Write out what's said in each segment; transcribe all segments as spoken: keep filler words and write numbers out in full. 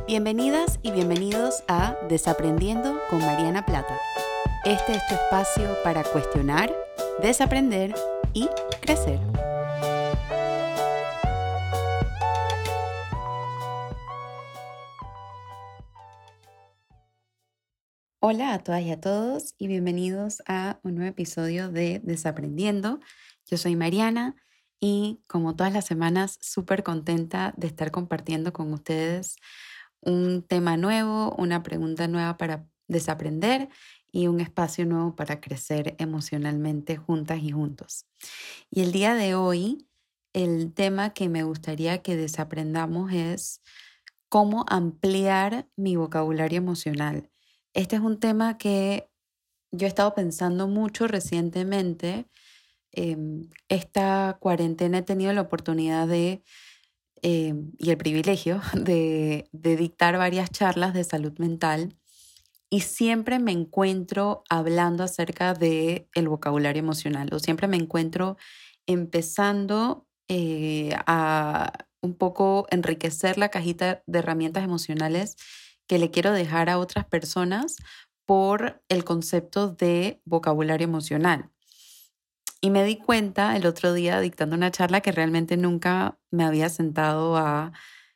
Bienvenidas y bienvenidos a Desaprendiendo con Mariana Plata. Este es tu espacio para cuestionar, desaprender y crecer. Hola a todas y a todos y bienvenidos a un nuevo episodio de Desaprendiendo. Yo soy Mariana y como todas las semanas súper contenta de estar compartiendo con ustedes un tema nuevo, una pregunta nueva para desaprender y un espacio nuevo para crecer emocionalmente juntas y juntos. Y el día de hoy, el tema que me gustaría que desaprendamos es cómo ampliar mi vocabulario emocional. Este es un tema que yo he estado pensando mucho recientemente. Eh, esta cuarentena he tenido la oportunidad de Eh, y el privilegio de, de dictar varias charlas de salud mental y siempre me encuentro hablando acerca del vocabulario emocional o siempre me encuentro empezando eh, a un poco enriquecer la cajita de herramientas emocionales que le quiero dejar a otras personas por el concepto de vocabulario emocional. Y me di cuenta el otro día dictando una charla que realmente nunca me había sentado a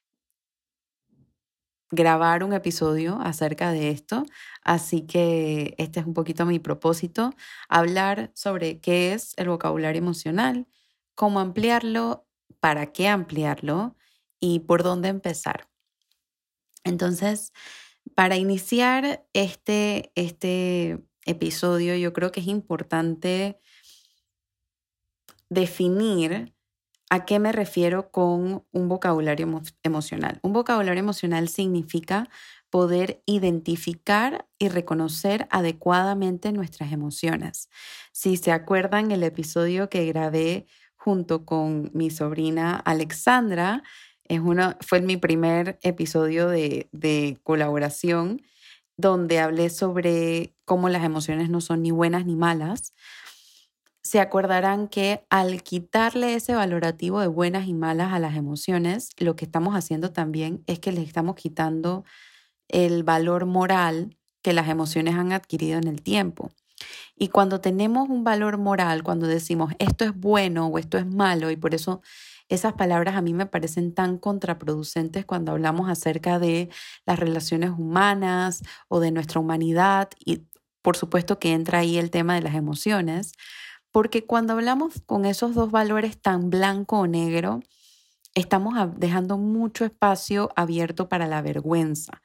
grabar un episodio acerca de esto. Así que este es un poquito mi propósito, hablar sobre qué es el vocabulario emocional, cómo ampliarlo, para qué ampliarlo y por dónde empezar. Entonces, para iniciar este, este episodio, yo creo que es importante definir a qué me refiero con un vocabulario emo- emocional. Un vocabulario emocional significa poder identificar y reconocer adecuadamente nuestras emociones. Si se acuerdan el episodio que grabé junto con mi sobrina Alexandra, es una, fue mi primer episodio de, de colaboración donde hablé sobre cómo las emociones no son ni buenas ni malas. Se acordarán que al quitarle ese valorativo de buenas y malas a las emociones, lo que estamos haciendo también es que le estamos quitando el valor moral que las emociones han adquirido en el tiempo. Y cuando tenemos un valor moral, cuando decimos esto es bueno o esto es malo, y por eso esas palabras a mí me parecen tan contraproducentes cuando hablamos acerca de las relaciones humanas o de nuestra humanidad, y por supuesto que entra ahí el tema de las emociones. Porque cuando hablamos con esos dos valores tan blanco o negro, estamos dejando mucho espacio abierto para la vergüenza.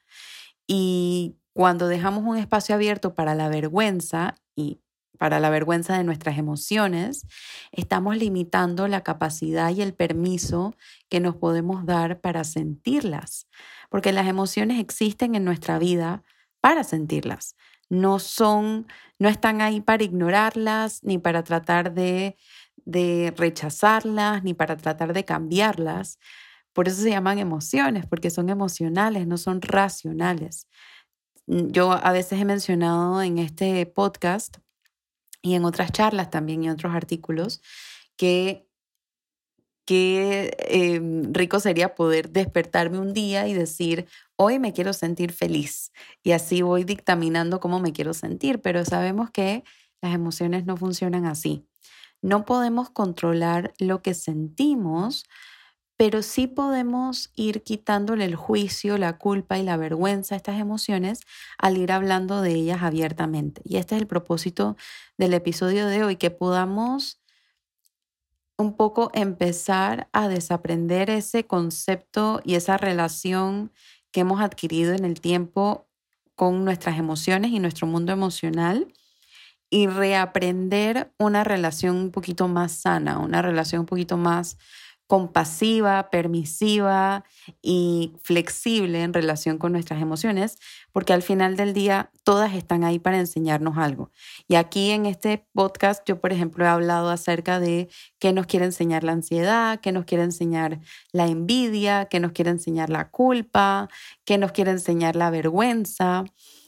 Y cuando dejamos un espacio abierto para la vergüenza y para la vergüenza de nuestras emociones, estamos limitando la capacidad y el permiso que nos podemos dar para sentirlas. Porque las emociones existen en nuestra vida para sentirlas. No son, no están ahí para ignorarlas, ni para tratar de, de rechazarlas, ni para tratar de cambiarlas. Por eso se llaman emociones, porque son emocionales, no son racionales. Yo a veces he mencionado en este podcast y en otras charlas también y en otros artículos que qué eh, rico sería poder despertarme un día y decir, hoy me quiero sentir feliz. Y así voy dictaminando cómo me quiero sentir, pero sabemos que las emociones no funcionan así. No podemos controlar lo que sentimos, pero sí podemos ir quitándole el juicio, la culpa y la vergüenza a estas emociones al ir hablando de ellas abiertamente. Y este es el propósito del episodio de hoy, que podamos un poco empezar a desaprender ese concepto y esa relación que hemos adquirido en el tiempo con nuestras emociones y nuestro mundo emocional y reaprender una relación un poquito más sana, una relación un poquito más compasiva, permisiva y flexible en relación con nuestras emociones, porque al final del día todas están ahí para enseñarnos algo. Y aquí en este podcast yo, por ejemplo, he hablado acerca de qué nos quiere enseñar la ansiedad, qué nos quiere enseñar la envidia, qué nos quiere enseñar la culpa, qué nos quiere enseñar la vergüenza.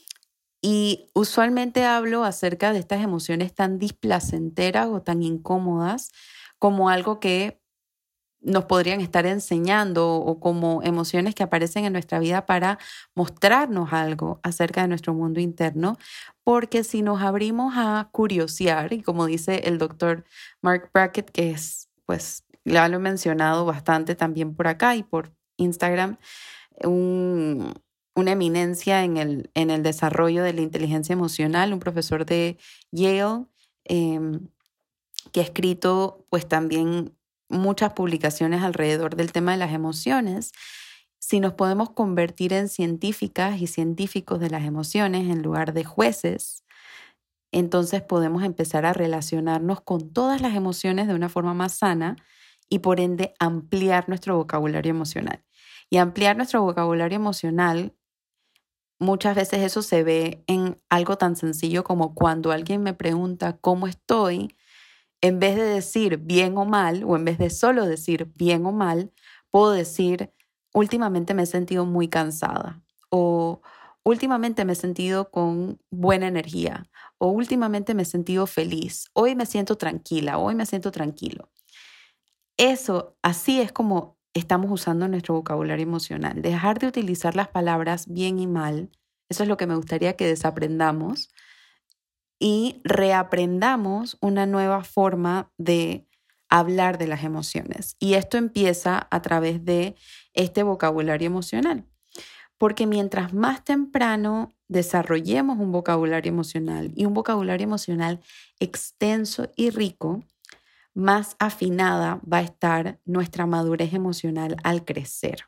Y usualmente hablo acerca de estas emociones tan displacenteras o tan incómodas como algo que nos podrían estar enseñando o como emociones que aparecen en nuestra vida para mostrarnos algo acerca de nuestro mundo interno, porque si nos abrimos a curiosear, y como dice el doctor Mark Brackett, que es, pues, ya lo he mencionado bastante también por acá y por Instagram, un, una eminencia en el, en el desarrollo de la inteligencia emocional, un profesor de Yale, eh, que ha escrito pues también muchas publicaciones alrededor del tema de las emociones. Si nos podemos convertir en científicas y científicos de las emociones en lugar de jueces, entonces podemos empezar a relacionarnos con todas las emociones de una forma más sana y por ende ampliar nuestro vocabulario emocional. Y ampliar nuestro vocabulario emocional, muchas veces eso se ve en algo tan sencillo como cuando alguien me pregunta cómo estoy, en vez de decir bien o mal, o en vez de solo decir bien o mal, puedo decir, últimamente me he sentido muy cansada, o últimamente me he sentido con buena energía, o últimamente me he sentido feliz, hoy me siento tranquila, hoy me siento tranquilo. Eso, así es como estamos usando nuestro vocabulario emocional. Dejar de utilizar las palabras bien y mal, eso es lo que me gustaría que desaprendamos y reaprendamos una nueva forma de hablar de las emociones. Y esto empieza a través de este vocabulario emocional. Porque mientras más temprano desarrollemos un vocabulario emocional y un vocabulario emocional extenso y rico, más afinada va a estar nuestra madurez emocional al crecer.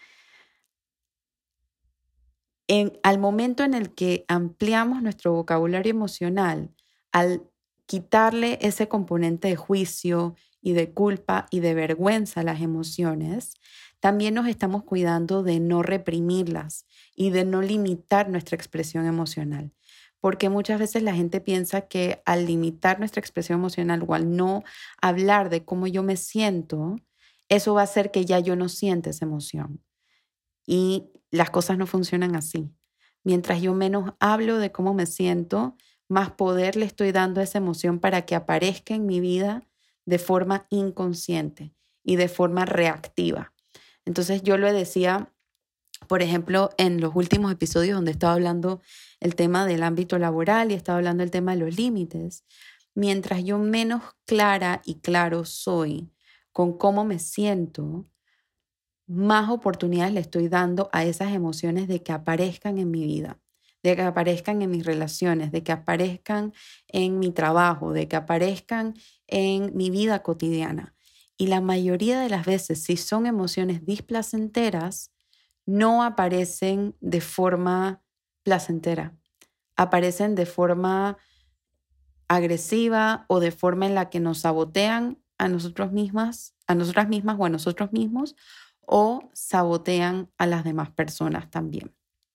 En, al momento en el que ampliamos nuestro vocabulario emocional, al quitarle ese componente de juicio y de culpa y de vergüenza a las emociones, también nos estamos cuidando de no reprimirlas y de no limitar nuestra expresión emocional. Porque muchas veces la gente piensa que al limitar nuestra expresión emocional o al no hablar de cómo yo me siento, eso va a hacer que ya yo no sienta esa emoción. Y las cosas no funcionan así. Mientras yo menos hablo de cómo me siento, más poder le estoy dando a esa emoción para que aparezca en mi vida de forma inconsciente y de forma reactiva. Entonces yo lo decía, por ejemplo, en los últimos episodios donde estaba hablando el tema del ámbito laboral y estaba hablando el tema de los límites. Mientras yo menos clara y claro soy con cómo me siento, más oportunidades le estoy dando a esas emociones de que aparezcan en mi vida, de que aparezcan en mis relaciones, de que aparezcan en mi trabajo, de que aparezcan en mi vida cotidiana. Y la mayoría de las veces, si son emociones displacenteras, no aparecen de forma placentera, aparecen de forma agresiva o de forma en la que nos sabotean a nosotros mismas, a nosotras mismas o a nosotros mismos, o sabotean a las demás personas también.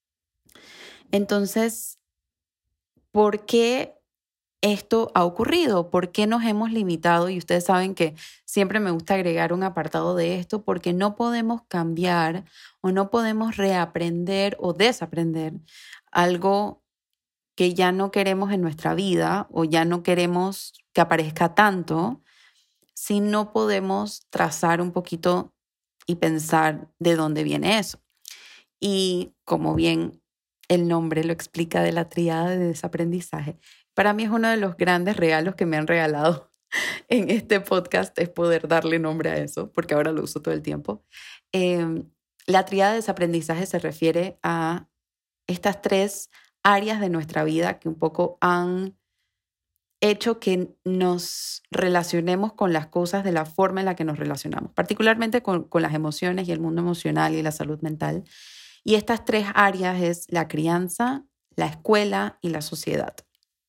Entonces, ¿por qué esto ha ocurrido? ¿Por qué nos hemos limitado? Y ustedes saben que siempre me gusta agregar un apartado de esto porque no podemos cambiar o no podemos reaprender o desaprender algo que ya no queremos en nuestra vida o ya no queremos que aparezca tanto si no podemos trazar un poquito y pensar de dónde viene eso. Y como bien el nombre lo explica, de la tríada de desaprendizaje, para mí es uno de los grandes regalos que me han regalado en este podcast, es poder darle nombre a eso, porque ahora lo uso todo el tiempo. Eh, la tríada de desaprendizaje se refiere a estas tres áreas de nuestra vida que un poco han hecho que nos relacionemos con las cosas de la forma en la que nos relacionamos, particularmente con, con las emociones y el mundo emocional y la salud mental. Y estas tres áreas es la crianza, la escuela y la sociedad.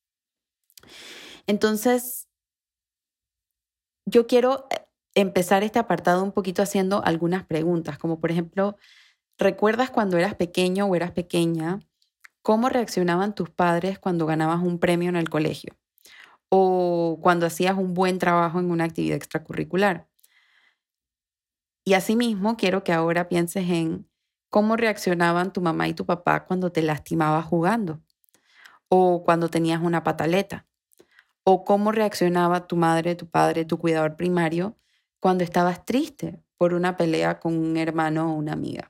Entonces, yo quiero empezar este apartado un poquito haciendo algunas preguntas, como por ejemplo, ¿recuerdas cuando eras pequeño o eras pequeña cómo reaccionaban tus padres cuando ganabas un premio en el colegio? O cuando hacías un buen trabajo en una actividad extracurricular. Y asimismo, quiero que ahora pienses en cómo reaccionaban tu mamá y tu papá cuando te lastimabas jugando, o cuando tenías una pataleta, o cómo reaccionaba tu madre, tu padre, tu cuidador primario cuando estabas triste por una pelea con un hermano o una amiga.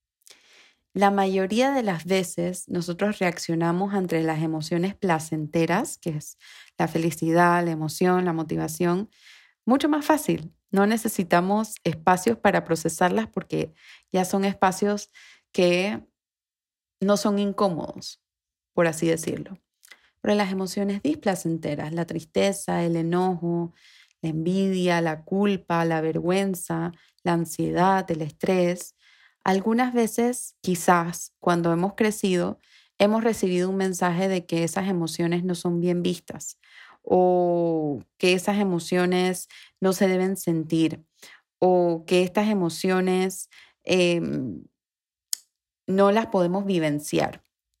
La mayoría de las veces nosotros reaccionamos ante las emociones placenteras, que es la felicidad, la emoción, la motivación, mucho más fácil. No necesitamos espacios para procesarlas porque ya son espacios que no son incómodos, por así decirlo. Pero las emociones displacenteras, la tristeza, el enojo, la envidia, la culpa, la vergüenza, la ansiedad, el estrés, algunas veces, quizás cuando hemos crecido, hemos recibido un mensaje de que esas emociones no son bien vistas o que esas emociones no se deben sentir o que estas emociones em, no las podemos vivenciar.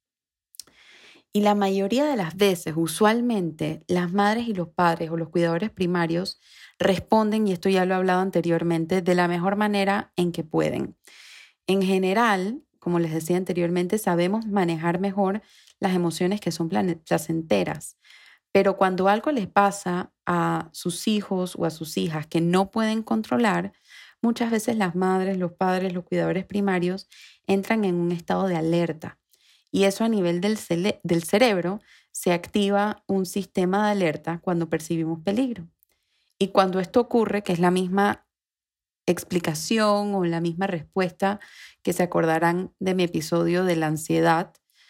Y la mayoría de las veces, usualmente, las madres y los padres o los cuidadores primarios responden, y esto ya lo he hablado anteriormente, de la mejor manera en que pueden. En general, como les decía anteriormente, sabemos manejar mejor las emociones que son placenteras. Pero cuando algo les pasa a sus hijos o a sus hijas que no pueden controlar, muchas veces las madres, los padres, los cuidadores primarios entran en un estado de alerta. Y eso a nivel del, cele- del cerebro se activa un sistema de alerta cuando percibimos peligro. Y cuando esto ocurre, que es la misma explicación o la misma respuesta que se acordarán de mi episodio de la ansiedad,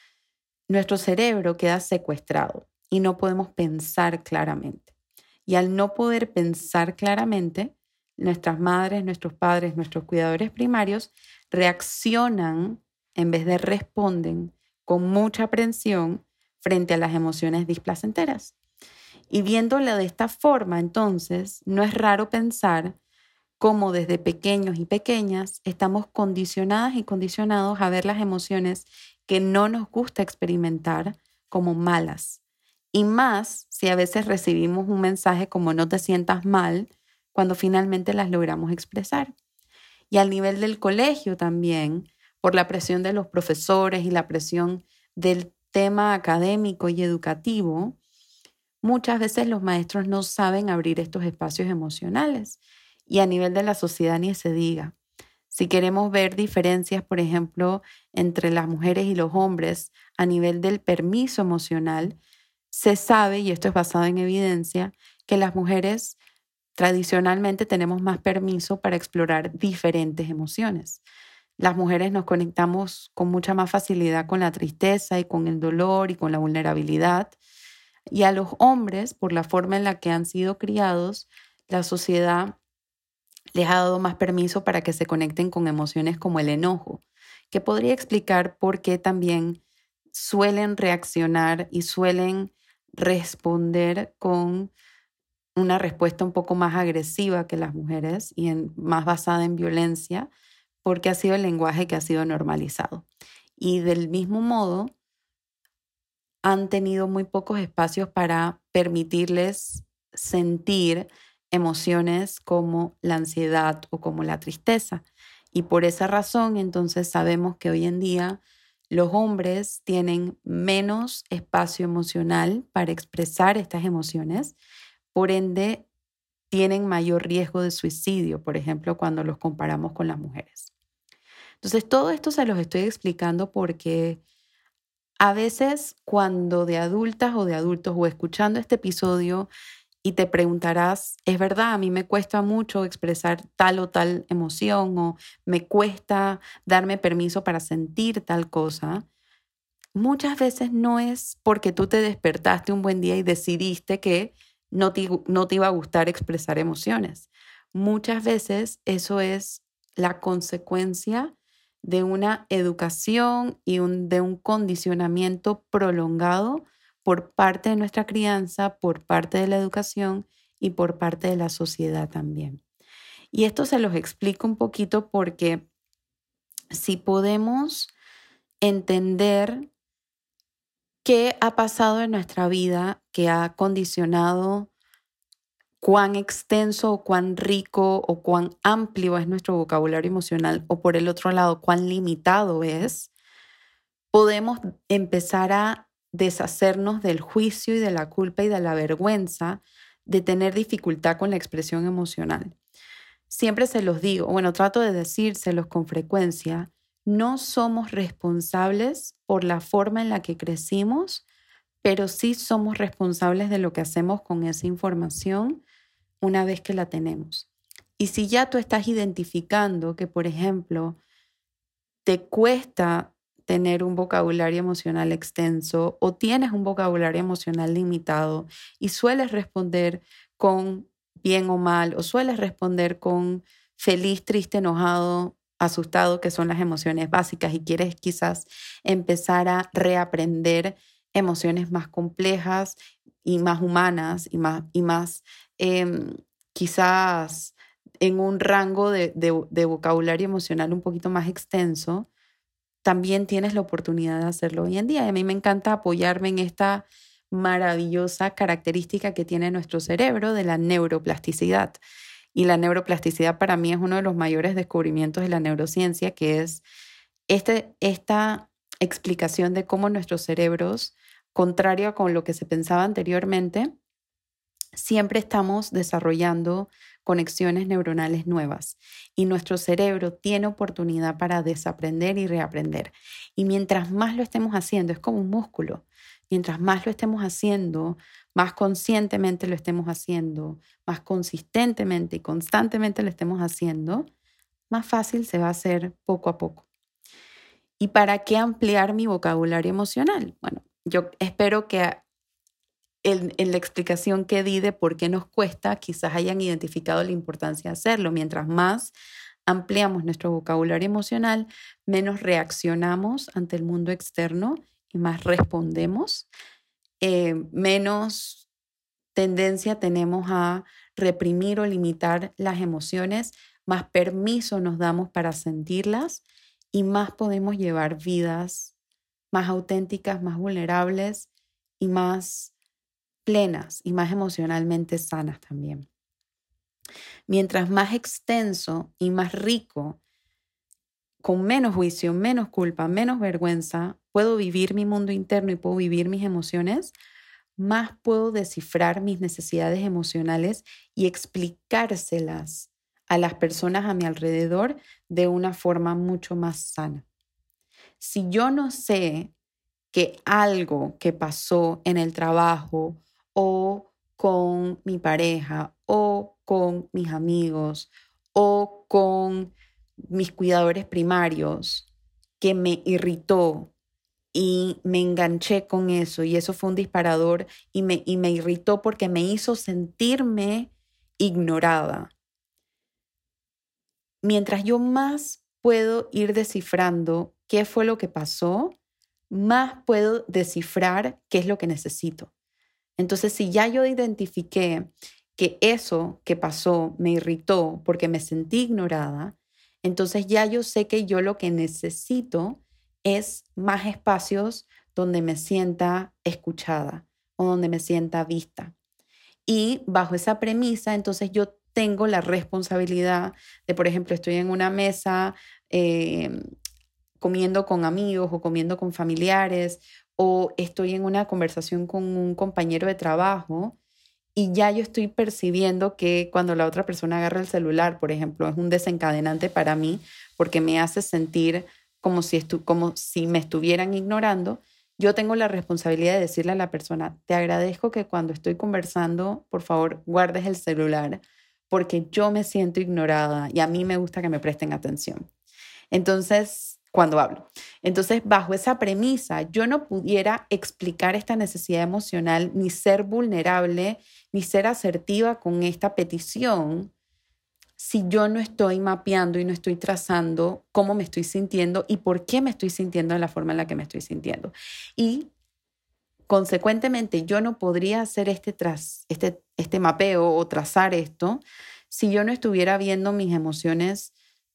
nuestro cerebro queda secuestrado y no podemos pensar claramente. Y al no poder pensar claramente, nuestras madres, nuestros padres, nuestros cuidadores primarios reaccionan en vez de responden con mucha aprensión frente a las emociones displacenteras. Y viéndolo de esta forma, entonces, no es raro pensar cómo desde pequeños y pequeñas estamos condicionadas y condicionados a ver las emociones que no nos gusta experimentar como malas. Y más si a veces recibimos un mensaje como no te sientas mal cuando finalmente las logramos expresar. Y al nivel del colegio también, por la presión de los profesores y la presión del tema académico y educativo, muchas veces los maestros no saben abrir estos espacios emocionales. Y a nivel de la sociedad ni se diga. Si queremos ver diferencias, por ejemplo, entre las mujeres y los hombres a nivel del permiso emocional, se sabe, y esto es basado en evidencia, que las mujeres tradicionalmente tenemos más permiso para explorar diferentes emociones. Las mujeres nos conectamos con mucha más facilidad con la tristeza y con el dolor y con la vulnerabilidad. Y a los hombres, por la forma en la que han sido criados, la sociedad les ha dado más permiso para que se conecten con emociones como el enojo, que podría explicar por qué también suelen reaccionar y suelen responder con una respuesta un poco más agresiva que las mujeres y en, más basada en violencia, porque ha sido el lenguaje que ha sido normalizado. Y del mismo modo, han tenido muy pocos espacios para permitirles sentir emociones como la ansiedad o como la tristeza. Y por esa razón, entonces sabemos que hoy en día los hombres tienen menos espacio emocional para expresar estas emociones, por ende tienen mayor riesgo de suicidio, por ejemplo, cuando los comparamos con las mujeres. Entonces, todo esto se los estoy explicando porque a veces cuando de adultas o de adultos o escuchando este episodio y te preguntarás, es verdad, a mí me cuesta mucho expresar tal o tal emoción o me cuesta darme permiso para sentir tal cosa. Muchas veces no es porque tú te despertaste un buen día y decidiste que no te, no te iba a gustar expresar emociones. Muchas veces eso es la consecuencia de una educación y un, de un condicionamiento prolongado por parte de nuestra crianza, por parte de la educación y por parte de la sociedad también. Y esto se los explico un poquito porque si podemos entender qué ha pasado en nuestra vida que ha condicionado cuán extenso o cuán rico o cuán amplio es nuestro vocabulario emocional o por el otro lado, cuán limitado es, podemos empezar a deshacernos del juicio y de la culpa y de la vergüenza de tener dificultad con la expresión emocional. siempre se los digo, bueno, trato de decírselos con frecuencia, no somos responsables por la forma en la que crecimos, pero sí somos responsables de lo que hacemos con esa información una vez que la tenemos. Y si ya tú estás identificando que, por ejemplo, te cuesta tener un vocabulario emocional extenso o tienes un vocabulario emocional limitado y sueles responder con bien o mal o sueles responder con feliz, triste, enojado, asustado, que son las emociones básicas y quieres quizás empezar a reaprender emociones más complejas y más humanas y más, y más eh, quizás en un rango de, de, de vocabulario emocional un poquito más extenso, también tienes la oportunidad de hacerlo hoy en día. Y a mí me encanta apoyarme en esta maravillosa característica que tiene nuestro cerebro de la neuroplasticidad. Y la neuroplasticidad para mí es uno de los mayores descubrimientos de la neurociencia, que es este, esta explicación de cómo nuestros cerebros, contrario a con lo que se pensaba anteriormente, siempre estamos desarrollando conexiones neuronales nuevas y nuestro cerebro tiene oportunidad para desaprender y reaprender. Y mientras más lo estemos haciendo, es como un músculo, mientras más lo estemos haciendo, más conscientemente lo estemos haciendo, más consistentemente y constantemente lo estemos haciendo, más fácil se va a hacer poco a poco. ¿Y para qué ampliar mi vocabulario emocional? Bueno, yo espero que En, en la explicación que di de por qué nos cuesta, quizás hayan identificado la importancia de hacerlo. Mientras más ampliamos nuestro vocabulario emocional, menos reaccionamos ante el mundo externo y más respondemos, eh, menos tendencia tenemos a reprimir o limitar las emociones, más permiso nos damos para sentirlas y más podemos llevar vidas más auténticas, más vulnerables y más plenas y más emocionalmente sanas también. Mientras más extenso y más rico, con menos juicio, menos culpa, menos vergüenza, puedo vivir mi mundo interno y puedo vivir mis emociones, más puedo descifrar mis necesidades emocionales y explicárselas a las personas a mi alrededor de una forma mucho más sana. Si yo no sé que algo que pasó en el trabajo o con mi pareja o con mis amigos o con mis cuidadores primarios que me irritó y me enganché con eso y eso fue un disparador y me, y me irritó porque me hizo sentirme ignorada. Mientras yo más puedo ir descifrando qué fue lo que pasó, más puedo descifrar qué es lo que necesito. Entonces, si ya yo identifiqué que eso que pasó me irritó porque me sentí ignorada, entonces ya yo sé que yo lo que necesito es más espacios donde me sienta escuchada o donde me sienta vista. Y bajo esa premisa, entonces yo tengo la responsabilidad de, por ejemplo, estoy en una mesa eh, comiendo con amigos o comiendo con familiares o estoy en una conversación con un compañero de trabajo y ya yo estoy percibiendo que cuando la otra persona agarra el celular, por ejemplo, es un desencadenante para mí porque me hace sentir como si, estu- como si me estuvieran ignorando. Yo tengo la responsabilidad de decirle a la persona, te agradezco que cuando estoy conversando, por favor, guardes el celular porque yo me siento ignorada y a mí me gusta que me presten atención. Entonces, cuando hablo. Entonces, bajo esa premisa, yo no pudiera explicar esta necesidad emocional, ni ser vulnerable, ni ser asertiva con esta petición, si yo no estoy mapeando y no estoy trazando cómo me estoy sintiendo y por qué me estoy sintiendo de la forma en la que me estoy sintiendo. Y, consecuentemente, yo no podría hacer este, tras, este, este mapeo o trazar esto si yo no estuviera viendo mis emociones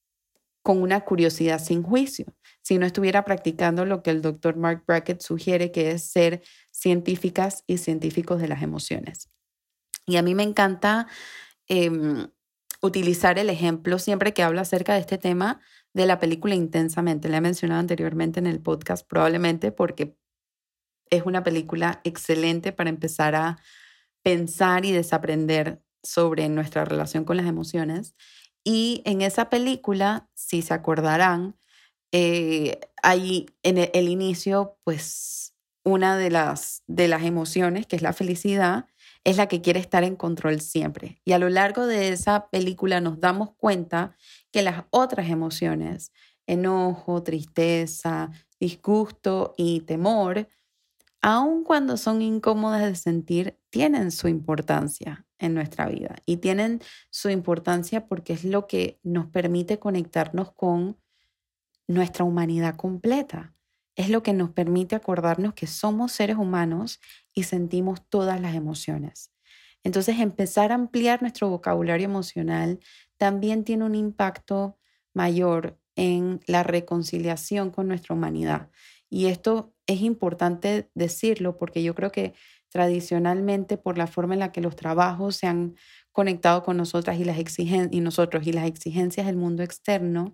con una curiosidad sin juicio, si no estuviera practicando lo que el doctor Mark Brackett sugiere, que es ser científicas y científicos de las emociones. Y a mí me encanta eh, utilizar el ejemplo siempre que hablo acerca de este tema de la película Intensamente. La he mencionado anteriormente en el podcast, probablemente porque es una película excelente para empezar a pensar y desaprender sobre nuestra relación con las emociones. Y en esa película, si se acordarán, eh, ahí en el, el inicio, pues una de las, de las emociones, que es la felicidad, es la que quiere estar en control siempre. Y a lo largo de esa película nos damos cuenta que las otras emociones, enojo, tristeza, disgusto y temor, aun cuando son incómodas de sentir, tienen su importancia en nuestra vida. Y tienen su importancia porque es lo que nos permite conectarnos con nuestra humanidad completa. Es lo que nos permite acordarnos que somos seres humanos y sentimos todas las emociones. Entonces, empezar a ampliar nuestro vocabulario emocional también tiene un impacto mayor en la reconciliación con nuestra humanidad. Y esto es importante decirlo porque yo creo que tradicionalmente, por la forma en la que los trabajos se han conectado con nosotras y, las exigen- y nosotros y las exigencias del mundo externo,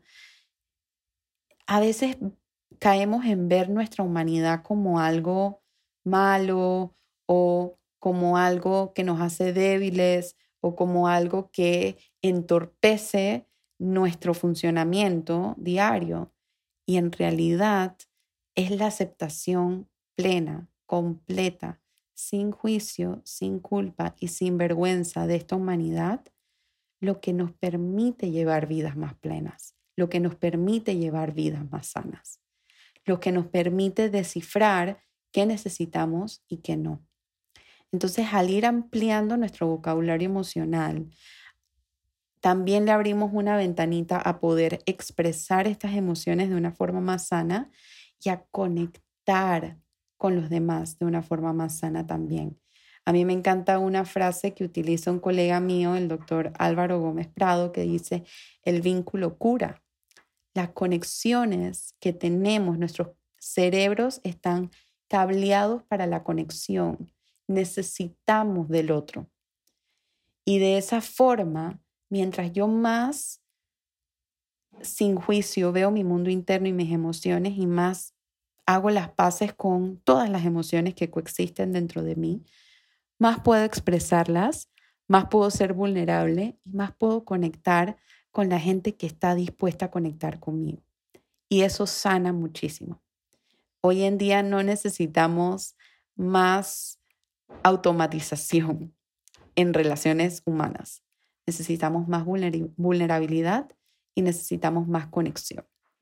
a veces caemos en ver nuestra humanidad como algo malo o como algo que nos hace débiles o como algo que entorpece nuestro funcionamiento diario. Y en realidad es la aceptación plena, completa, sin juicio, sin culpa y sin vergüenza de esta humanidad lo que nos permite llevar vidas más plenas, lo que nos permite llevar vidas más sanas, lo que nos permite descifrar qué necesitamos y qué no. Entonces, al ir ampliando nuestro vocabulario emocional, también le abrimos una ventanita a poder expresar estas emociones de una forma más sana y a conectar con los demás de una forma más sana también. A mí me encanta una frase que utiliza un colega mío, el doctor Álvaro Gómez Prado, que dice, el vínculo cura. Las conexiones que tenemos, nuestros cerebros están cableados para la conexión. Necesitamos del otro. Y de esa forma, mientras yo más sin juicio veo mi mundo interno y mis emociones y más hago las paces con todas las emociones que coexisten dentro de mí, más puedo expresarlas, más puedo ser vulnerable y más puedo conectar con la gente que está dispuesta a conectar conmigo. Y eso sana muchísimo. Hoy en día no necesitamos más automatización en relaciones humanas. Necesitamos más vulnerabilidad y necesitamos más conexión.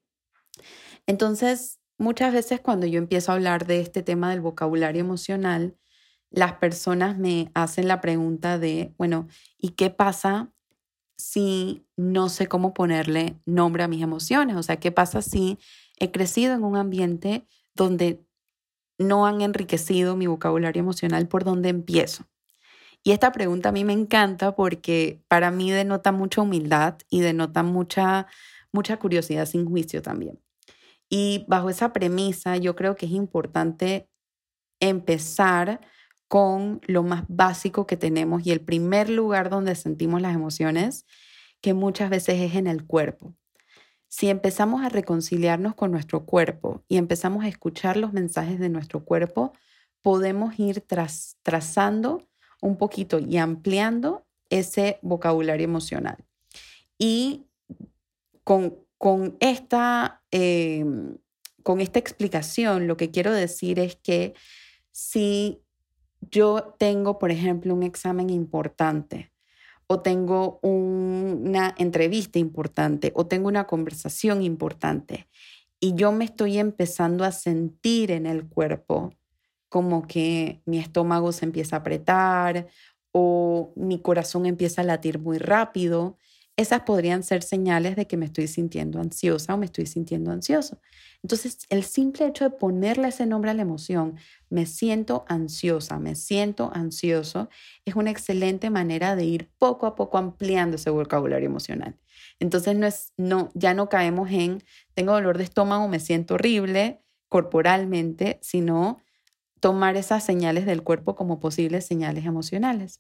Entonces, muchas veces cuando yo empiezo a hablar de este tema del vocabulario emocional, las personas me hacen la pregunta de, bueno, ¿y qué pasa si no sé cómo ponerle nombre a mis emociones? O sea, ¿qué pasa si he crecido en un ambiente donde no han enriquecido mi vocabulario emocional? ¿Por dónde empiezo? Y esta pregunta a mí me encanta porque para mí denota mucha humildad y denota mucha, mucha curiosidad sin juicio también. Y bajo esa premisa, yo creo que es importante empezar con lo más básico que tenemos y el primer lugar donde sentimos las emociones, que muchas veces es en el cuerpo. Si empezamos a reconciliarnos con nuestro cuerpo y empezamos a escuchar los mensajes de nuestro cuerpo, podemos ir tras, trazando un poquito y ampliando ese vocabulario emocional. Y con, con, esta, eh, con esta explicación, lo que quiero decir es que si yo tengo, por ejemplo, un examen importante o tengo un, una entrevista importante o tengo una conversación importante y yo me estoy empezando a sentir en el cuerpo como que mi estómago se empieza a apretar o mi corazón empieza a latir muy rápido, esas podrían ser señales de que me estoy sintiendo ansiosa o me estoy sintiendo ansioso. Entonces, el simple hecho de ponerle ese nombre a la emoción, me siento ansiosa, me siento ansioso, es una excelente manera de ir poco a poco ampliando ese vocabulario emocional. Entonces, no es, no, ya no caemos en, tengo dolor de estómago, me siento horrible corporalmente, sino tomar esas señales del cuerpo como posibles señales emocionales.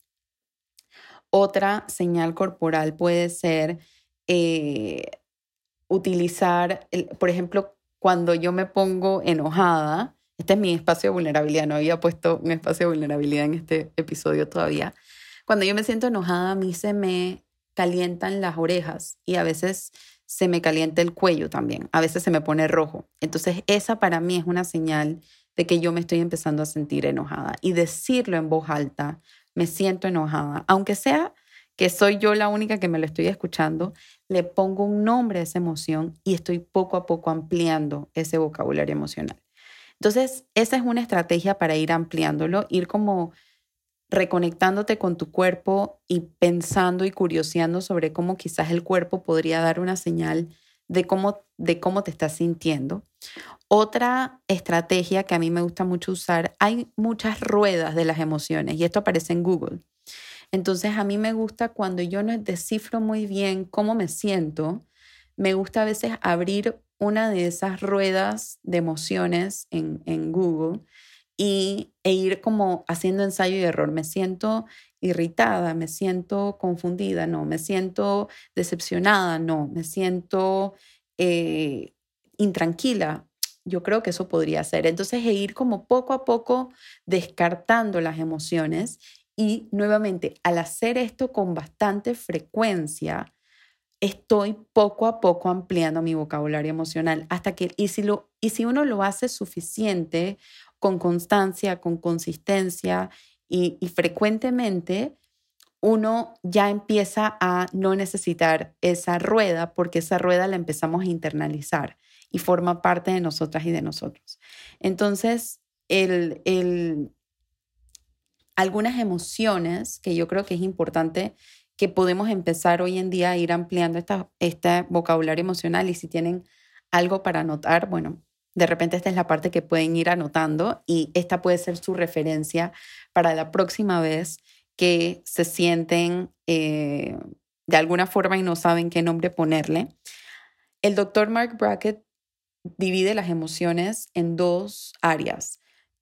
Otra señal corporal puede ser eh, utilizar, el, por ejemplo, cuando yo me pongo enojada, este es mi espacio de vulnerabilidad, no había puesto un espacio de vulnerabilidad en este episodio todavía. Cuando yo me siento enojada, a mí se me calientan las orejas y a veces se me calienta el cuello también, a veces se me pone rojo. Entonces esa para mí es una señal de que yo me estoy empezando a sentir enojada. Y decirlo en voz alta, me siento enojada, aunque sea que soy yo la única que me lo estoy escuchando, le pongo un nombre a esa emoción y estoy poco a poco ampliando ese vocabulario emocional. Entonces, esa es una estrategia para ir ampliándolo, ir como reconectándote con tu cuerpo y pensando y curioseando sobre cómo quizás el cuerpo podría dar una señal de cómo, de cómo te estás sintiendo. Otra estrategia que a mí me gusta mucho usar, hay muchas ruedas de las emociones y esto aparece en Google. Entonces a mí me gusta cuando yo no descifro muy bien cómo me siento, me gusta a veces abrir una de esas ruedas de emociones en, en Google y, e ir como haciendo ensayo y error. Me siento irritada, me siento confundida, no, me siento decepcionada, no, me siento eh, intranquila. Yo creo que eso podría ser. Entonces, e ir como poco a poco descartando las emociones y nuevamente, al hacer esto con bastante frecuencia, estoy poco a poco ampliando mi vocabulario emocional hasta que, y si, lo, y si uno lo hace suficiente, con constancia, con consistencia y, y frecuentemente, uno ya empieza a no necesitar esa rueda porque esa rueda la empezamos a internalizar y forma parte de nosotras y de nosotros. Entonces, el, el, algunas emociones que yo creo que es importante que podemos empezar hoy en día a ir ampliando esta, este vocabulario emocional y si tienen algo para anotar, bueno, de repente esta es la parte que pueden ir anotando y esta puede ser su referencia para la próxima vez que se sienten eh, de alguna forma y no saben qué nombre ponerle. El doctor Mark Brackett divide las emociones en dos áreas,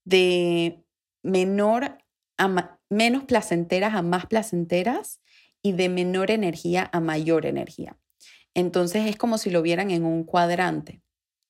de menor a ma- menos placenteras a más placenteras y de menor energía a mayor energía. Entonces es como si lo vieran en un cuadrante.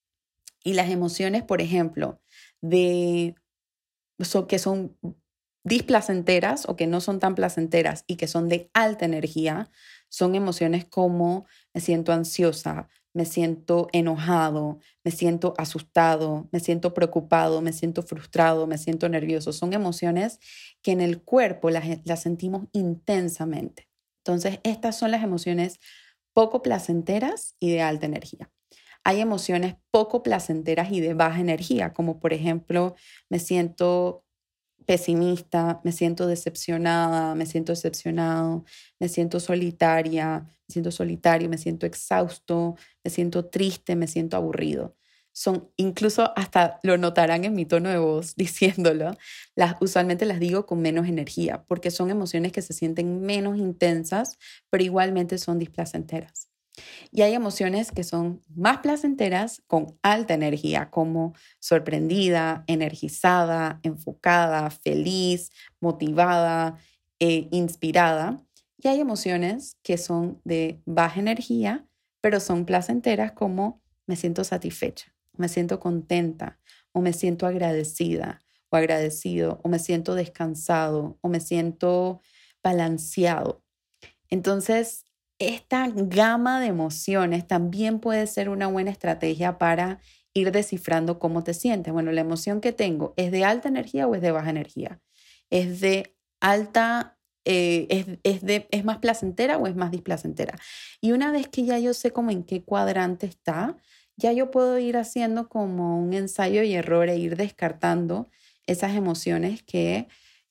Y las emociones, por ejemplo, de, so, que son displacenteras o que no son tan placenteras y que son de alta energía, son emociones como me siento ansiosa, me siento enojado, me siento asustado, me siento preocupado, me siento frustrado, me siento nervioso. Son emociones que en el cuerpo las, las sentimos intensamente. Entonces, estas son las emociones poco placenteras y de alta energía. Hay emociones poco placenteras y de baja energía, como por ejemplo, me siento pesimista, me siento decepcionada, me siento decepcionado, me siento solitaria, me siento solitario, me siento exhausto, me siento triste, me siento aburrido. Son, incluso hasta lo notarán en mi tono de voz diciéndolo, las, usualmente las digo con menos energía, porque son emociones que se sienten menos intensas, pero igualmente son displacenteras. Y hay emociones que son más placenteras con alta energía, como sorprendida, energizada, enfocada, feliz, motivada, eh, inspirada. Y hay emociones que son de baja energía, pero son placenteras como me siento satisfecha, me siento contenta o me siento agradecida o agradecido o me siento descansado o me siento balanceado. Entonces, esta gama de emociones también puede ser una buena estrategia para ir descifrando cómo te sientes. Bueno, la emoción que tengo, ¿es de alta energía o es de baja energía? ¿Es de alta, eh, es, es, de, es más placentera o es más displacentera? Y una vez que ya yo sé como en qué cuadrante está, ya yo puedo ir haciendo como un ensayo y error e ir descartando esas emociones que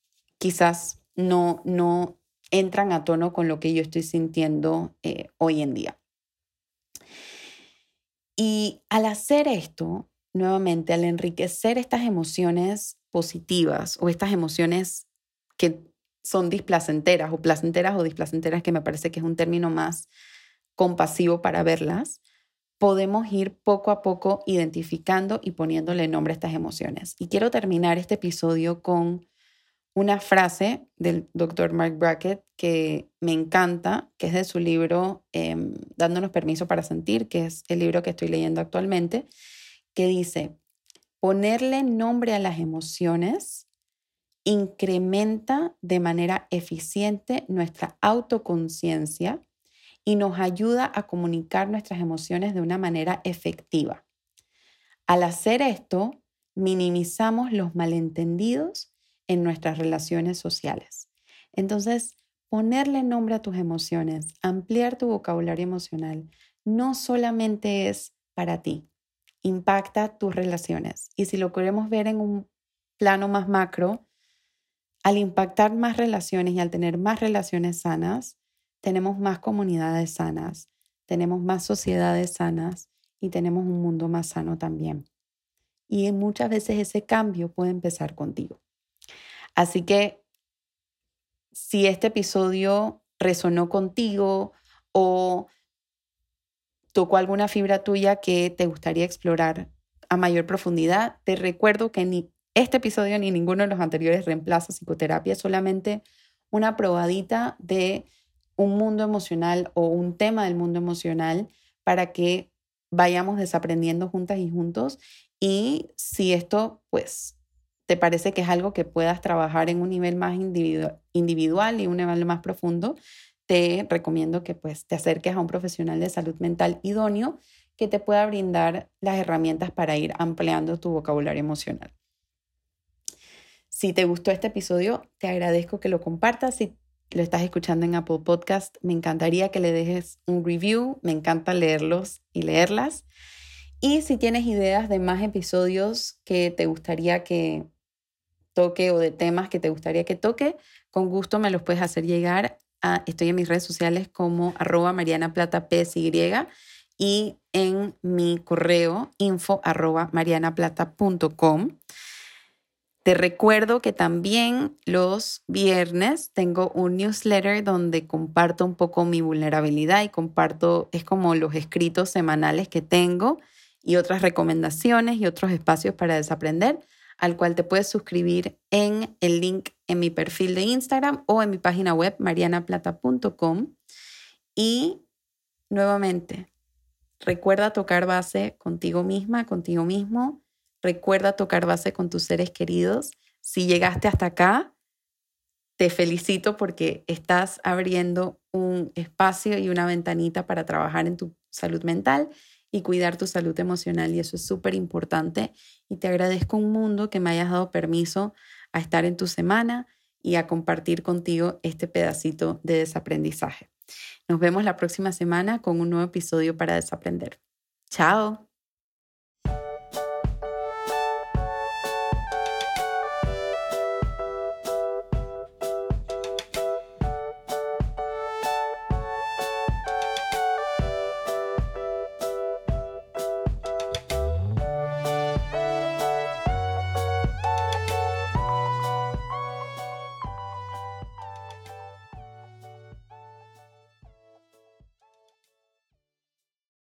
quizás no, no entran a tono con lo que yo estoy sintiendo eh, hoy en día. Y al hacer esto, nuevamente, al enriquecer estas emociones positivas o estas emociones que son displacenteras o placenteras o displacenteras, que me parece que es un término más compasivo para verlas, podemos ir poco a poco identificando y poniéndole nombre a estas emociones. Y quiero terminar este episodio con una frase del doctor Mark Brackett que me encanta, que es de su libro eh, Dándonos permiso para sentir, que es el libro que estoy leyendo actualmente, que dice, ponerle nombre a las emociones incrementa de manera eficiente nuestra autoconciencia y nos ayuda a comunicar nuestras emociones de una manera efectiva. Al hacer esto, minimizamos los malentendidos en nuestras relaciones sociales. Entonces, ponerle nombre a tus emociones, ampliar tu vocabulario emocional, no solamente es para ti, impacta tus relaciones. Y si lo queremos ver en un plano más macro, al impactar más relaciones y al tener más relaciones sanas, tenemos más comunidades sanas, tenemos más sociedades sanas y tenemos un mundo más sano también. Y muchas veces ese cambio puede empezar contigo. Así que si este episodio resonó contigo o tocó alguna fibra tuya que te gustaría explorar a mayor profundidad, te recuerdo que ni este episodio ni ninguno de los anteriores reemplaza psicoterapia, es solamente una probadita de un mundo emocional o un tema del mundo emocional para que vayamos desaprendiendo juntas y juntos. Y si esto, pues, te parece que es algo que puedas trabajar en un nivel más individu- individual y un nivel más profundo, te recomiendo que pues, te acerques a un profesional de salud mental idóneo que te pueda brindar las herramientas para ir ampliando tu vocabulario emocional. Si te gustó este episodio, te agradezco que lo compartas. Si lo estás escuchando en Apple Podcast, me encantaría que le dejes un review. Me encanta leerlos y leerlas. Y si tienes ideas de más episodios que te gustaría que toque o de temas que te gustaría que toque, con gusto me los puedes hacer llegar. A, estoy en mis redes sociales como arroba Mariana Plata P S Y y en mi correo info arroba marianaplata punto com. Te recuerdo que también los viernes tengo un newsletter donde comparto un poco mi vulnerabilidad y comparto, es como los escritos semanales que tengo y otras recomendaciones y otros espacios para desaprender, al cual te puedes suscribir en el link en mi perfil de Instagram o en mi página web marianaplata punto com. Y nuevamente, recuerda tocar base contigo misma, contigo mismo. Recuerda tocar base con tus seres queridos. Si llegaste hasta acá, te felicito porque estás abriendo un espacio y una ventanita para trabajar en tu salud mental y cuidar tu salud emocional, y eso es súper importante. Y te agradezco un mundo que me hayas dado permiso a estar en tu semana y a compartir contigo este pedacito de desaprendizaje. Nos vemos la próxima semana con un nuevo episodio para desaprender. ¡Chao!